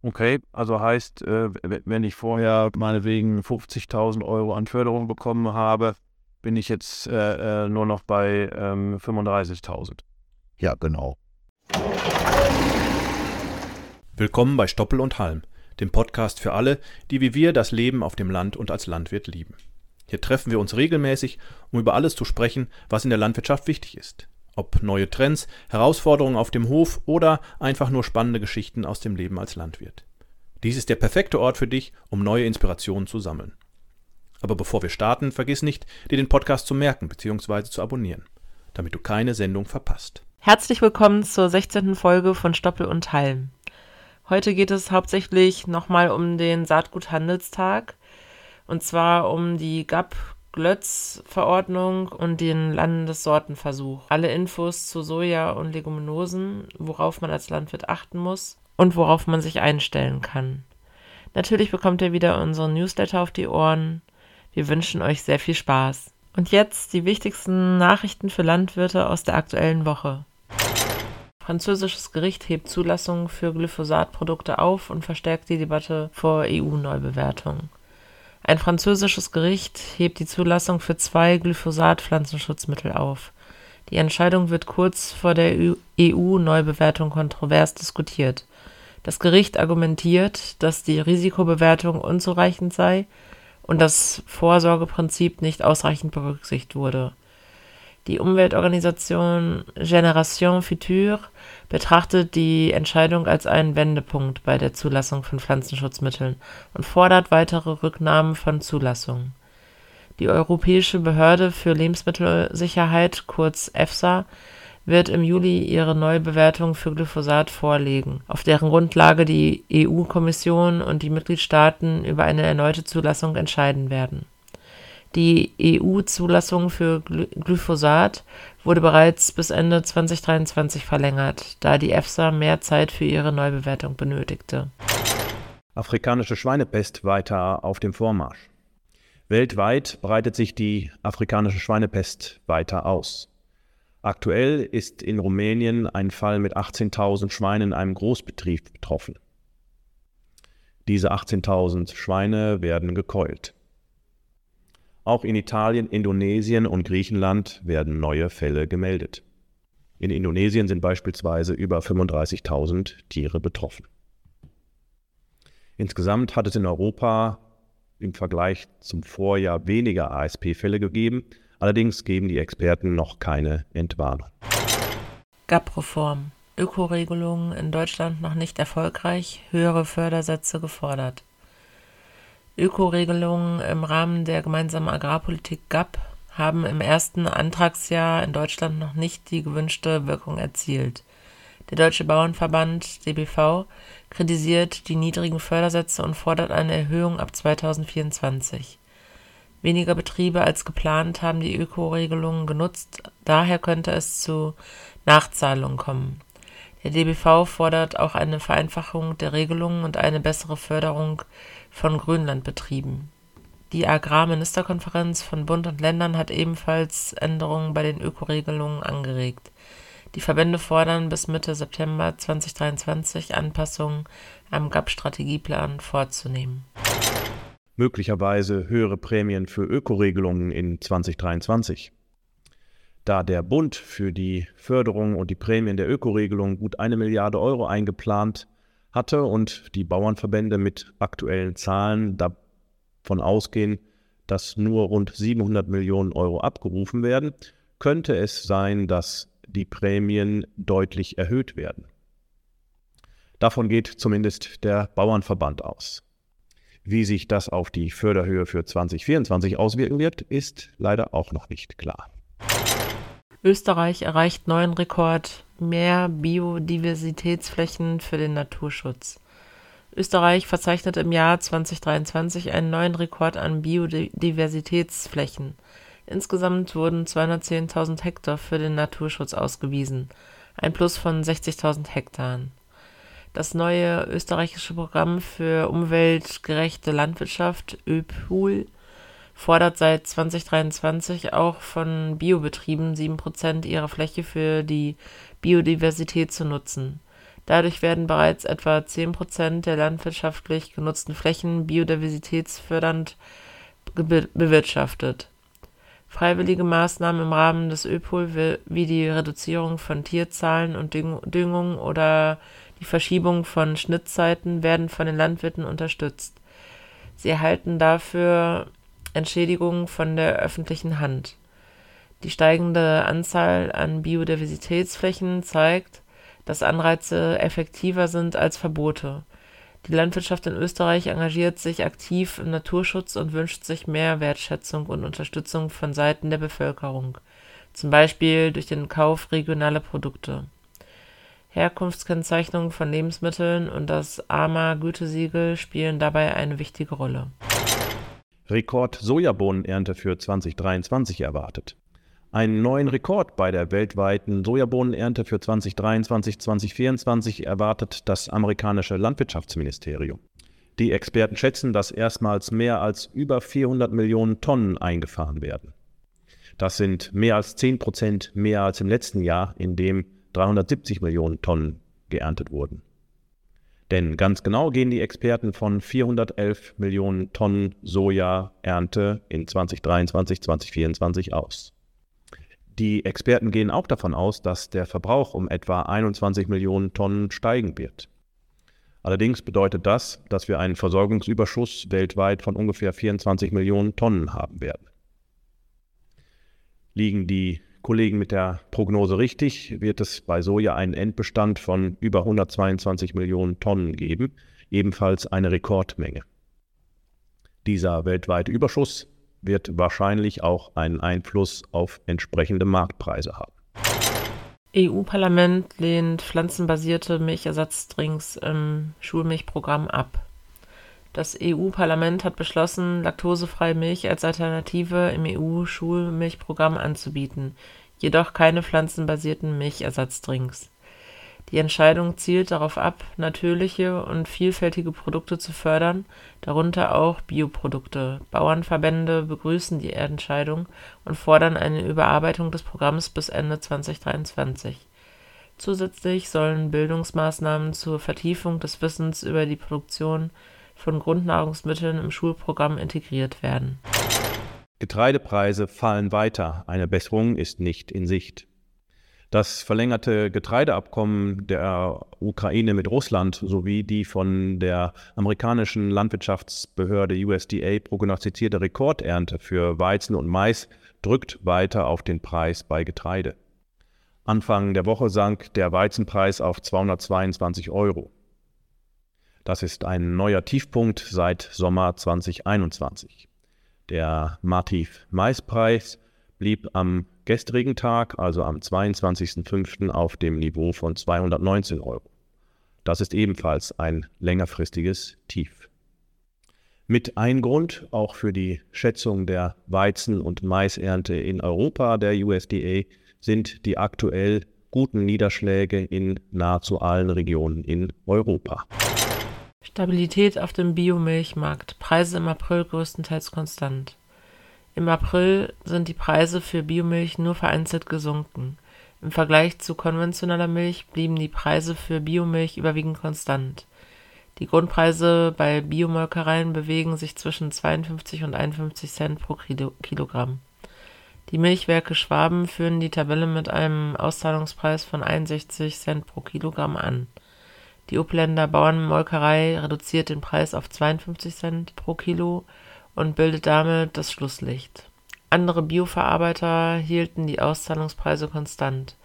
Okay, also heißt, wenn ich vorher meinetwegen 50.000 Euro an Förderung bekommen habe, bin ich jetzt nur noch bei 35.000. Ja, genau. Willkommen bei Stoppel und Halm, dem Podcast für alle, die wie wir das Leben auf dem Land und als Landwirt lieben. Hier treffen wir uns regelmäßig, um über alles zu sprechen, was in der Landwirtschaft wichtig ist. Ob neue Trends, Herausforderungen auf dem Hof oder einfach nur spannende Geschichten aus dem Leben als Landwirt. Dies ist der perfekte Ort für dich, um neue Inspirationen zu sammeln. Aber bevor wir starten, vergiss nicht, dir den Podcast zu merken bzw. zu abonnieren, damit du keine Sendung verpasst. Herzlich willkommen zur 16. Folge von Stoppel und Halm. Heute geht es hauptsächlich nochmal um den Saatguthandelstag, und zwar um die GAP-Glötz-Verordnung und den Landessortenversuch. Alle Infos zu Soja und Leguminosen, worauf man als Landwirt achten muss und worauf man sich einstellen kann. Natürlich bekommt ihr wieder unseren Newsletter auf die Ohren. Wir wünschen euch sehr viel Spaß. Und jetzt die wichtigsten Nachrichten für Landwirte aus der aktuellen Woche. Französisches Gericht hebt Zulassung für Glyphosat-Produkte auf und verstärkt die Debatte vor EU-Neubewertung. Ein französisches Gericht hebt die Zulassung für 2 Glyphosat-Pflanzenschutzmittel auf. Die Entscheidung wird kurz vor der EU-Neubewertung kontrovers diskutiert. Das Gericht argumentiert, dass die Risikobewertung unzureichend sei und das Vorsorgeprinzip nicht ausreichend berücksichtigt wurde. Die Umweltorganisation Génération Future betrachtet die Entscheidung als einen Wendepunkt bei der Zulassung von Pflanzenschutzmitteln und fordert weitere Rücknahmen von Zulassungen. Die Europäische Behörde für Lebensmittelsicherheit, kurz EFSA, wird im Juli ihre Neubewertung für Glyphosat vorlegen, auf deren Grundlage die EU-Kommission und die Mitgliedstaaten über eine erneute Zulassung entscheiden werden. Die EU-Zulassung für Glyphosat wurde bereits bis Ende 2023 verlängert, da die EFSA mehr Zeit für ihre Neubewertung benötigte. Afrikanische Schweinepest weiter auf dem Vormarsch. Weltweit breitet sich die afrikanische Schweinepest weiter aus. Aktuell ist in Rumänien ein Fall mit 18.000 Schweinen in einem Großbetrieb betroffen. Diese 18.000 Schweine werden gekeult. Auch in Italien, Indonesien und Griechenland werden neue Fälle gemeldet. In Indonesien sind beispielsweise über 35.000 Tiere betroffen. Insgesamt hat es in Europa im Vergleich zum Vorjahr weniger ASP-Fälle gegeben. Allerdings geben die Experten noch keine Entwarnung. GAP-Reform. Ökoregelungen in Deutschland noch nicht erfolgreich, höhere Fördersätze gefordert. Ökoregelungen im Rahmen der gemeinsamen Agrarpolitik GAP haben im ersten Antragsjahr in Deutschland noch nicht die gewünschte Wirkung erzielt. Der Deutsche Bauernverband DBV kritisiert die niedrigen Fördersätze und fordert eine Erhöhung ab 2024. Weniger Betriebe als geplant haben die Ökoregelungen genutzt, daher könnte es zu Nachzahlungen kommen. Der DBV fordert auch eine Vereinfachung der Regelungen und eine bessere Förderung von Grünlandbetrieben. Die Agrarministerkonferenz von Bund und Ländern hat ebenfalls Änderungen bei den Ökoregelungen angeregt. Die Verbände fordern bis Mitte September 2023 Anpassungen am GAP-Strategieplan vorzunehmen. Möglicherweise höhere Prämien für Ökoregelungen in 2023. Da der Bund für die Förderung und die Prämien der Ökoregelung gut 1 Milliarde Euro eingeplant hatte und die Bauernverbände mit aktuellen Zahlen davon ausgehen, dass nur rund 700 Millionen Euro abgerufen werden, könnte es sein, dass die Prämien deutlich erhöht werden. Davon geht zumindest der Bauernverband aus. Wie sich das auf die Förderhöhe für 2024 auswirken wird, ist leider auch noch nicht klar. Österreich erreicht neuen Rekord, mehr Biodiversitätsflächen für den Naturschutz. Österreich verzeichnet im Jahr 2023 einen neuen Rekord an Biodiversitätsflächen. Insgesamt wurden 210.000 Hektar für den Naturschutz ausgewiesen, ein Plus von 60.000 Hektaren. Das neue österreichische Programm für umweltgerechte Landwirtschaft, ÖPUL, fordert seit 2023 auch von Biobetrieben 7% ihrer Fläche für die Biodiversität zu nutzen. Dadurch werden bereits etwa 10% der landwirtschaftlich genutzten Flächen biodiversitätsfördernd bewirtschaftet. Freiwillige Maßnahmen im Rahmen des ÖPOL wie die Reduzierung von Tierzahlen und Düngung oder die Verschiebung von Schnittzeiten werden von den Landwirten unterstützt. Sie erhalten dafür Entschädigungen von der öffentlichen Hand. Die steigende Anzahl an Biodiversitätsflächen zeigt, dass Anreize effektiver sind als Verbote. Die Landwirtschaft in Österreich engagiert sich aktiv im Naturschutz und wünscht sich mehr Wertschätzung und Unterstützung von Seiten der Bevölkerung, zum Beispiel durch den Kauf regionaler Produkte. Herkunftskennzeichnung von Lebensmitteln und das AMA-Gütesiegel spielen dabei eine wichtige Rolle. Rekord-Sojabohnenernte für 2023 erwartet. Einen neuen Rekord bei der weltweiten Sojabohnenernte für 2023-2024 erwartet das amerikanische Landwirtschaftsministerium. Die Experten schätzen, dass erstmals mehr als über 400 Millionen Tonnen eingefahren werden. Das sind mehr als 10% mehr als im letzten Jahr, in dem 370 Millionen Tonnen geerntet wurden. Denn ganz genau gehen die Experten von 411 Millionen Tonnen Sojaernte in 2023-2024 aus. Die Experten gehen auch davon aus, dass der Verbrauch um etwa 21 Millionen Tonnen steigen wird. Allerdings bedeutet das, dass wir einen Versorgungsüberschuss weltweit von ungefähr 24 Millionen Tonnen haben werden. Liegen die Kollegen mit der Prognose richtig, wird es bei Soja einen Endbestand von über 122 Millionen Tonnen geben, ebenfalls eine Rekordmenge. Dieser weltweite Überschuss wird wahrscheinlich auch einen Einfluss auf entsprechende Marktpreise haben. EU-Parlament lehnt pflanzenbasierte Milchersatzdrinks im Schulmilchprogramm ab. Das EU-Parlament hat beschlossen, laktosefreie Milch als Alternative im EU-Schulmilchprogramm anzubieten, jedoch keine pflanzenbasierten Milchersatzdrinks. Die Entscheidung zielt darauf ab, natürliche und vielfältige Produkte zu fördern, darunter auch Bioprodukte. Bauernverbände begrüßen die Entscheidung und fordern eine Überarbeitung des Programms bis Ende 2023. Zusätzlich sollen Bildungsmaßnahmen zur Vertiefung des Wissens über die Produktion von Grundnahrungsmitteln im Schulprogramm integriert werden. Getreidepreise fallen weiter, eine Besserung ist nicht in Sicht. Das verlängerte Getreideabkommen der Ukraine mit Russland sowie die von der amerikanischen Landwirtschaftsbehörde USDA prognostizierte Rekordernte für Weizen und Mais drückt weiter auf den Preis bei Getreide. Anfang der Woche sank der Weizenpreis auf 222 €. Das ist ein neuer Tiefpunkt seit Sommer 2021. Der Mativ-Mais-Preis blieb am gestrigen Tag, also am 22.05. auf dem Niveau von 219 €. Das ist ebenfalls ein längerfristiges Tief. Mit ein Grund auch für die Schätzung der Weizen- und Maisernte in Europa der USDA sind die aktuell guten Niederschläge in nahezu allen Regionen in Europa. Stabilität auf dem Biomilchmarkt. Preise im April größtenteils konstant. Im April sind die Preise für Biomilch nur vereinzelt gesunken. Im Vergleich zu konventioneller Milch blieben die Preise für Biomilch überwiegend konstant. Die Grundpreise bei Biomolkereien bewegen sich zwischen 52 und 51 Cent pro Kilogramm. Die Milchwerke Schwaben führen die Tabelle mit einem Auszahlungspreis von 61 Cent pro Kilogramm an. Die Upländer Bauernmolkerei reduziert den Preis auf 52 Cent pro Kilo und bildet damit das Schlusslicht. Andere Bioverarbeiter hielten die Auszahlungspreise konstant.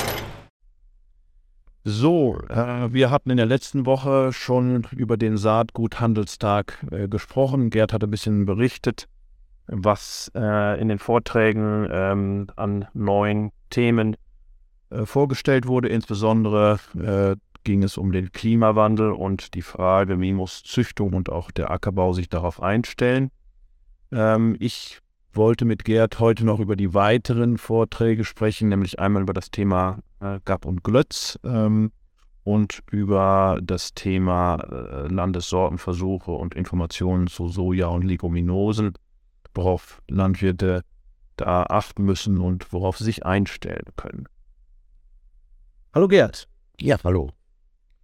So, wir hatten in der letzten Woche schon über den Saatguthandelstag gesprochen. Gerd hat ein bisschen berichtet, was in den Vorträgen an neuen Themen vorgestellt wurde. Insbesondere ging es um den Klimawandel und die Frage, wie muss Züchtung und auch der Ackerbau sich darauf einstellen. Ich wollte mit Gerd heute noch über die weiteren Vorträge sprechen, nämlich einmal über das Thema Gap und Glötz und über das Thema Landessortenversuche und Informationen zu Soja und Leguminosen, worauf Landwirte da achten müssen und worauf sie sich einstellen können. Hallo Gerd. Ja, hallo.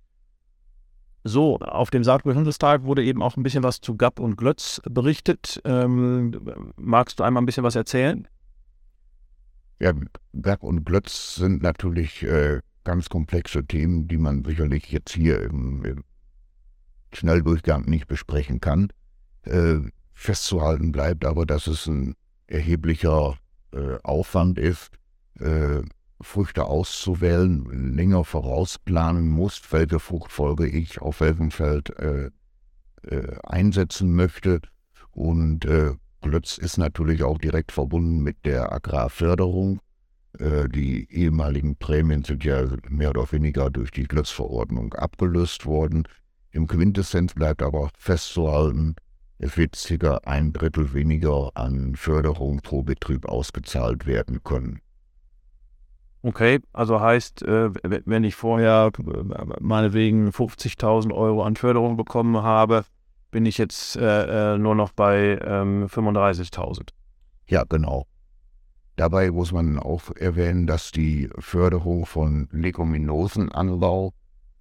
So, auf dem Saatguthandelstag wurde eben auch ein bisschen was zu GAP und Glötz berichtet. Magst du einmal ein bisschen was erzählen? Ja, GAP und Glötz sind natürlich ganz komplexe Themen, die man sicherlich jetzt hier im Schnelldurchgang nicht besprechen kann. Festzuhalten bleibt aber, dass es ein erheblicher Aufwand ist, Früchte auszuwählen, länger vorausplanen muss, welche Fruchtfolge ich auf welchem Feld einsetzen möchte. Und Glötz ist natürlich auch direkt verbunden mit der Agrarförderung. Die ehemaligen Prämien sind ja mehr oder weniger durch die Glötz-Verordnung abgelöst worden. Im Quintessenz bleibt aber festzuhalten, es wird ca. 1/3 weniger an Förderung pro Betrieb ausgezahlt werden können. Okay, also heißt, wenn ich vorher meinetwegen 50.000 Euro an Förderung bekommen habe, bin ich jetzt nur noch bei 35.000. Ja, genau. Dabei muss man auch erwähnen, dass die Förderung von Leguminosenanbau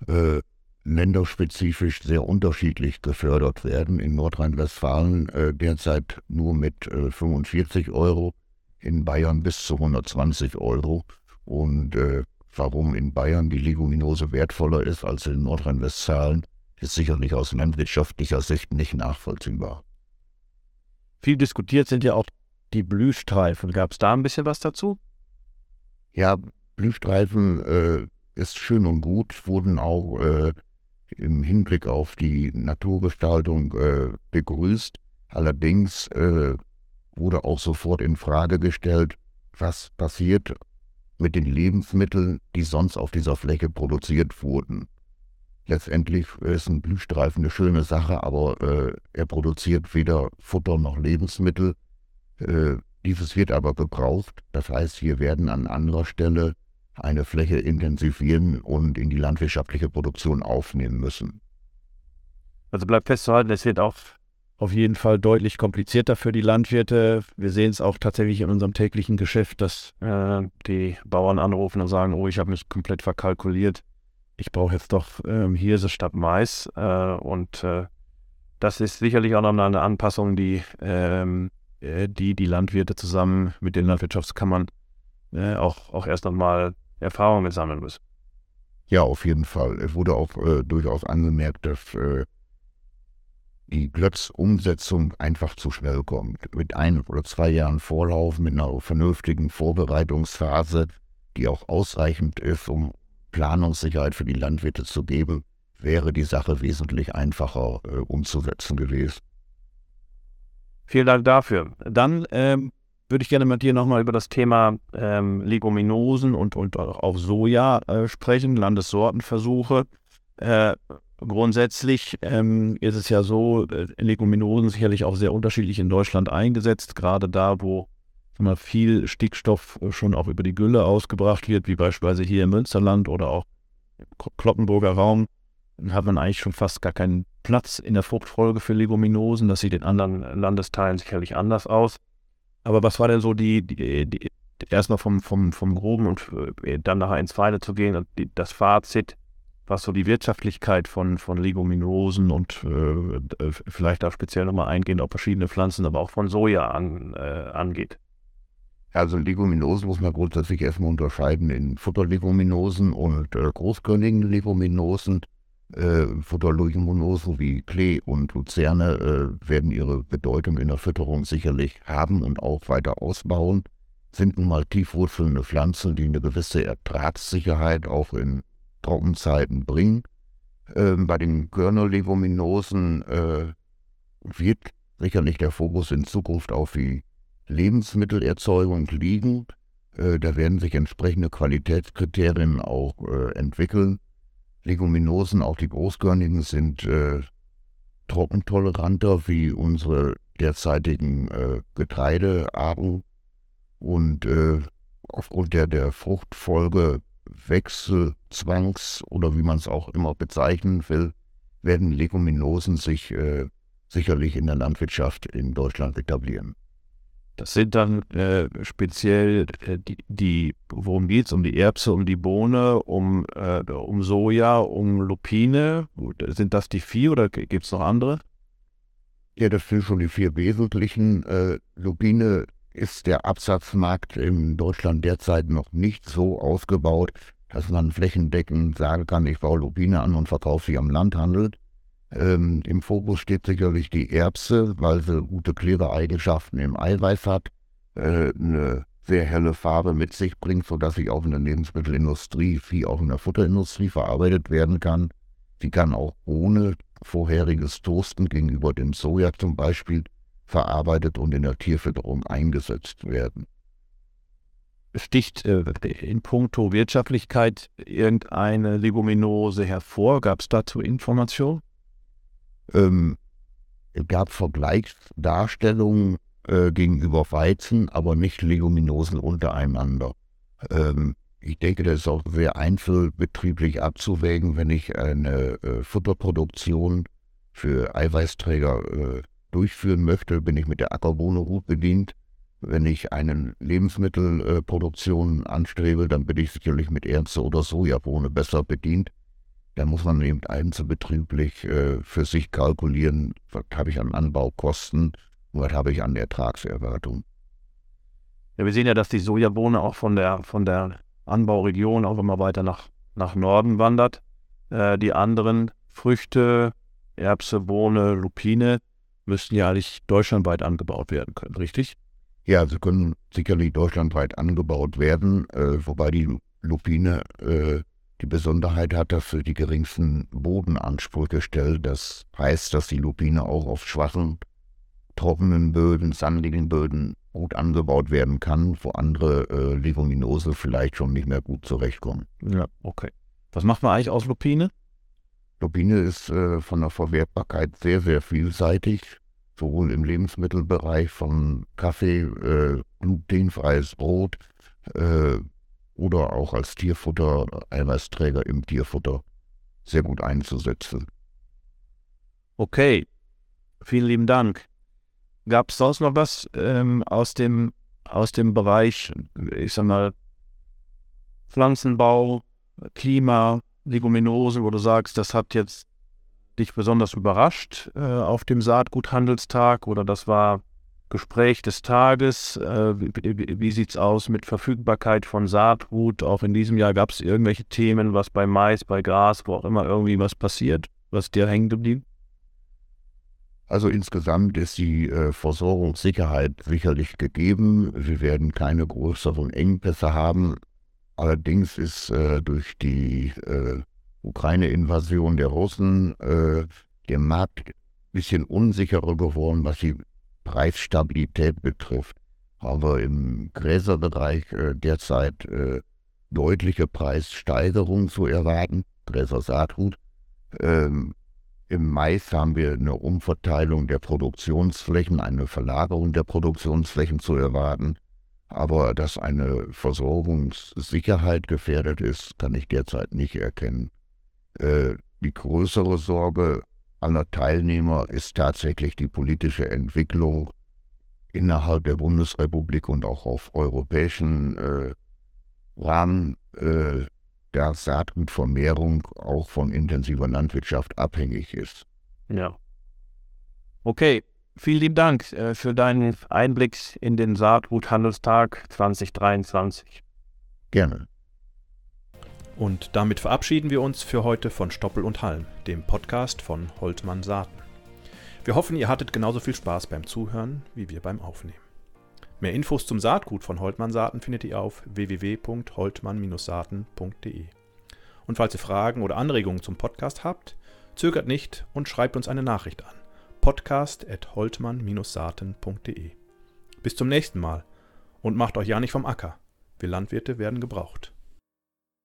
länderspezifisch sehr unterschiedlich gefördert werden. In Nordrhein-Westfalen derzeit nur mit 45 Euro, in Bayern bis zu 120 Euro. Und warum in Bayern die Leguminose wertvoller ist als in Nordrhein-Westfalen, ist sicherlich aus landwirtschaftlicher Sicht nicht nachvollziehbar. Viel diskutiert sind ja auch die Blühstreifen. Gab es da ein bisschen was dazu? Ja, Blühstreifen ist schön und gut, wurden auch im Hinblick auf die Naturgestaltung begrüßt. Allerdings wurde auch sofort in Frage gestellt, was passiert mit den Lebensmitteln, die sonst auf dieser Fläche produziert wurden. Letztendlich ist ein Blühstreifen eine schöne Sache, aber er produziert weder Futter noch Lebensmittel. Dieses wird aber gebraucht. Das heißt, wir werden an anderer Stelle eine Fläche intensivieren und in die landwirtschaftliche Produktion aufnehmen müssen. Also bleibt festzuhalten, es wird auch auf jeden Fall deutlich komplizierter für die Landwirte. Wir sehen es auch tatsächlich in unserem täglichen Geschäft, dass die Bauern anrufen und sagen, oh, ich habe mich komplett verkalkuliert. Ich brauche jetzt doch Hirse statt Mais. Und das ist sicherlich auch noch eine Anpassung, die Landwirte zusammen mit den Landwirtschaftskammern auch erst einmal Erfahrungen sammeln müssen. Ja, auf jeden Fall. Es wurde auch durchaus angemerkt, dass die Glötz-Umsetzung einfach zu schnell kommt. Mit 1 oder 2 Jahren Vorlauf, mit einer vernünftigen Vorbereitungsphase, die auch ausreichend ist, um Planungssicherheit für die Landwirte zu geben, wäre die Sache wesentlich einfacher umzusetzen gewesen. Vielen Dank dafür. Dann würde ich gerne mit dir nochmal über das Thema Leguminosen und auch Soja sprechen, Landessortenversuche. Grundsätzlich ist es ja so, Leguminosen sicherlich auch sehr unterschiedlich in Deutschland eingesetzt, gerade da, wo viel Stickstoff schon auch über die Gülle ausgebracht wird, wie beispielsweise hier im Münsterland oder auch im Cloppenburger Raum, hat man eigentlich schon fast gar keinen Platz in der Fruchtfolge für Leguminosen. Das sieht in anderen Landesteilen sicherlich anders aus. Aber was war denn so erstmal vom Groben und dann nachher ins Feine zu gehen und das Fazit, was so die Wirtschaftlichkeit von Leguminosen und vielleicht auch speziell nochmal eingehend auf verschiedene Pflanzen, aber auch von Soja angeht? Also Leguminosen muss man grundsätzlich erstmal unterscheiden in Futterleguminosen und großkörnigen Leguminosen. Futterleguminosen wie Klee und Luzerne werden ihre Bedeutung in der Fütterung sicherlich haben und auch weiter ausbauen. Sind nun mal tiefwurzelnde Pflanzen, die eine gewisse Ertragssicherheit auch in Trockenzeiten bringen. Bei den Körnerleguminosen wird sicherlich der Fokus in Zukunft auf die Lebensmittelerzeugung liegen. Da werden sich entsprechende Qualitätskriterien auch entwickeln. Leguminosen, auch die großkörnigen, sind trockentoleranter wie unsere derzeitigen Getreidearten. Und aufgrund der Fruchtfolge Wechselzwangs oder wie man es auch immer bezeichnen will, werden Leguminosen sich sicherlich in der Landwirtschaft in Deutschland etablieren. Das sind dann speziell worum geht es? Um die Erbse, um die Bohne, um Soja, um Lupine. Sind das die 4 oder gibt es noch andere? Ja, das sind schon die 4 wesentlichen. Lupine ist der Absatzmarkt in Deutschland derzeit noch nicht so ausgebaut, dass man flächendeckend sagen kann, ich baue Lupine an und verkaufe sie am Landhandel. Im Fokus steht sicherlich die Erbse, weil sie gute Klebereigenschaften im Eiweiß hat, eine sehr helle Farbe mit sich bringt, sodass sie auch in der Lebensmittelindustrie wie auch in der Futterindustrie verarbeitet werden kann. Sie kann auch ohne vorheriges Toasten gegenüber dem Soja zum Beispiel verarbeitet und in der Tierfütterung eingesetzt werden. Sticht in puncto Wirtschaftlichkeit irgendeine Leguminose hervor? Gab es dazu Informationen? Es gab Vergleichsdarstellungen gegenüber Weizen, aber nicht Leguminosen untereinander. Ich denke, das ist auch sehr einzelbetrieblich abzuwägen, wenn ich eine Futterproduktion für Eiweißträger durchführen möchte, bin ich mit der Ackerbohne gut bedient. Wenn ich eine Lebensmittelproduktion anstrebe, dann bin ich sicherlich mit Erbse oder Sojabohne besser bedient. Da muss man eben einzelbetrieblich für sich kalkulieren, was habe ich an Anbaukosten und was habe ich an Ertragserwartung. Ja, wir sehen ja, dass die Sojabohne auch von der Anbauregion auch immer weiter nach Norden wandert. Die anderen Früchte, Erbse, Bohne, Lupine, müssten ja eigentlich deutschlandweit angebaut werden können, richtig? Ja, sie können sicherlich deutschlandweit angebaut werden, wobei die Lupine die Besonderheit hat, dass sie die geringsten Bodenansprüche stellt. Das heißt, dass die Lupine auch auf schwachen, trockenen Böden, sandigen Böden gut angebaut werden kann, wo andere Leguminosen vielleicht schon nicht mehr gut zurechtkommen. Ja, okay. Was macht man eigentlich aus Lupine? Lupine ist von der Verwertbarkeit sehr, sehr vielseitig, sowohl im Lebensmittelbereich von Kaffee, glutenfreies Brot, oder auch als Tierfutter, Eiweißträger im Tierfutter sehr gut einzusetzen. Okay, vielen lieben Dank. Gab es sonst noch was aus dem Bereich, ich sag mal, Pflanzenbau, Klima, Leguminosen, wo du sagst, das hat jetzt dich besonders überrascht auf dem Saatguthandelstag oder das war Gespräch des Tages? Wie sieht es aus mit Verfügbarkeit von Saatgut? Auch in diesem Jahr gab es irgendwelche Themen, was bei Mais, bei Gras, wo auch immer irgendwie was passiert, was dir hängen geblieben? Also insgesamt ist die Versorgungssicherheit sicherlich gegeben. Wir werden keine größeren Engpässe haben. Allerdings ist durch die Ukraine-Invasion der Russen der Markt ein bisschen unsicherer geworden, was die Preisstabilität betrifft. Haben wir im Gräserbereich derzeit deutliche Preissteigerungen zu erwarten, Gräsersaatgut. Im Mais haben wir eine Umverteilung der Produktionsflächen, eine Verlagerung der Produktionsflächen zu erwarten. Aber dass eine Versorgungssicherheit gefährdet ist, kann ich derzeit nicht erkennen. Die größere Sorge aller Teilnehmer ist tatsächlich die politische Entwicklung innerhalb der Bundesrepublik und auch auf europäischen Rahmen, da Saatgutvermehrung auch von intensiver Landwirtschaft abhängig ist. Ja. Okay, vielen lieben Dank für deinen Einblick in den Saatguthandelstag 2023. Gerne. Und damit verabschieden wir uns für heute von Stoppel und Halm, dem Podcast von Holtmann Saaten. Wir hoffen, ihr hattet genauso viel Spaß beim Zuhören wie wir beim Aufnehmen. Mehr Infos zum Saatgut von Holtmann Saaten findet ihr auf www.holtmann-saaten.de. Und falls ihr Fragen oder Anregungen zum Podcast habt, zögert nicht und schreibt uns eine Nachricht an. podcast@holtmann-saaten.de. Bis zum nächsten Mal und macht euch ja nicht vom Acker. Wir Landwirte werden gebraucht.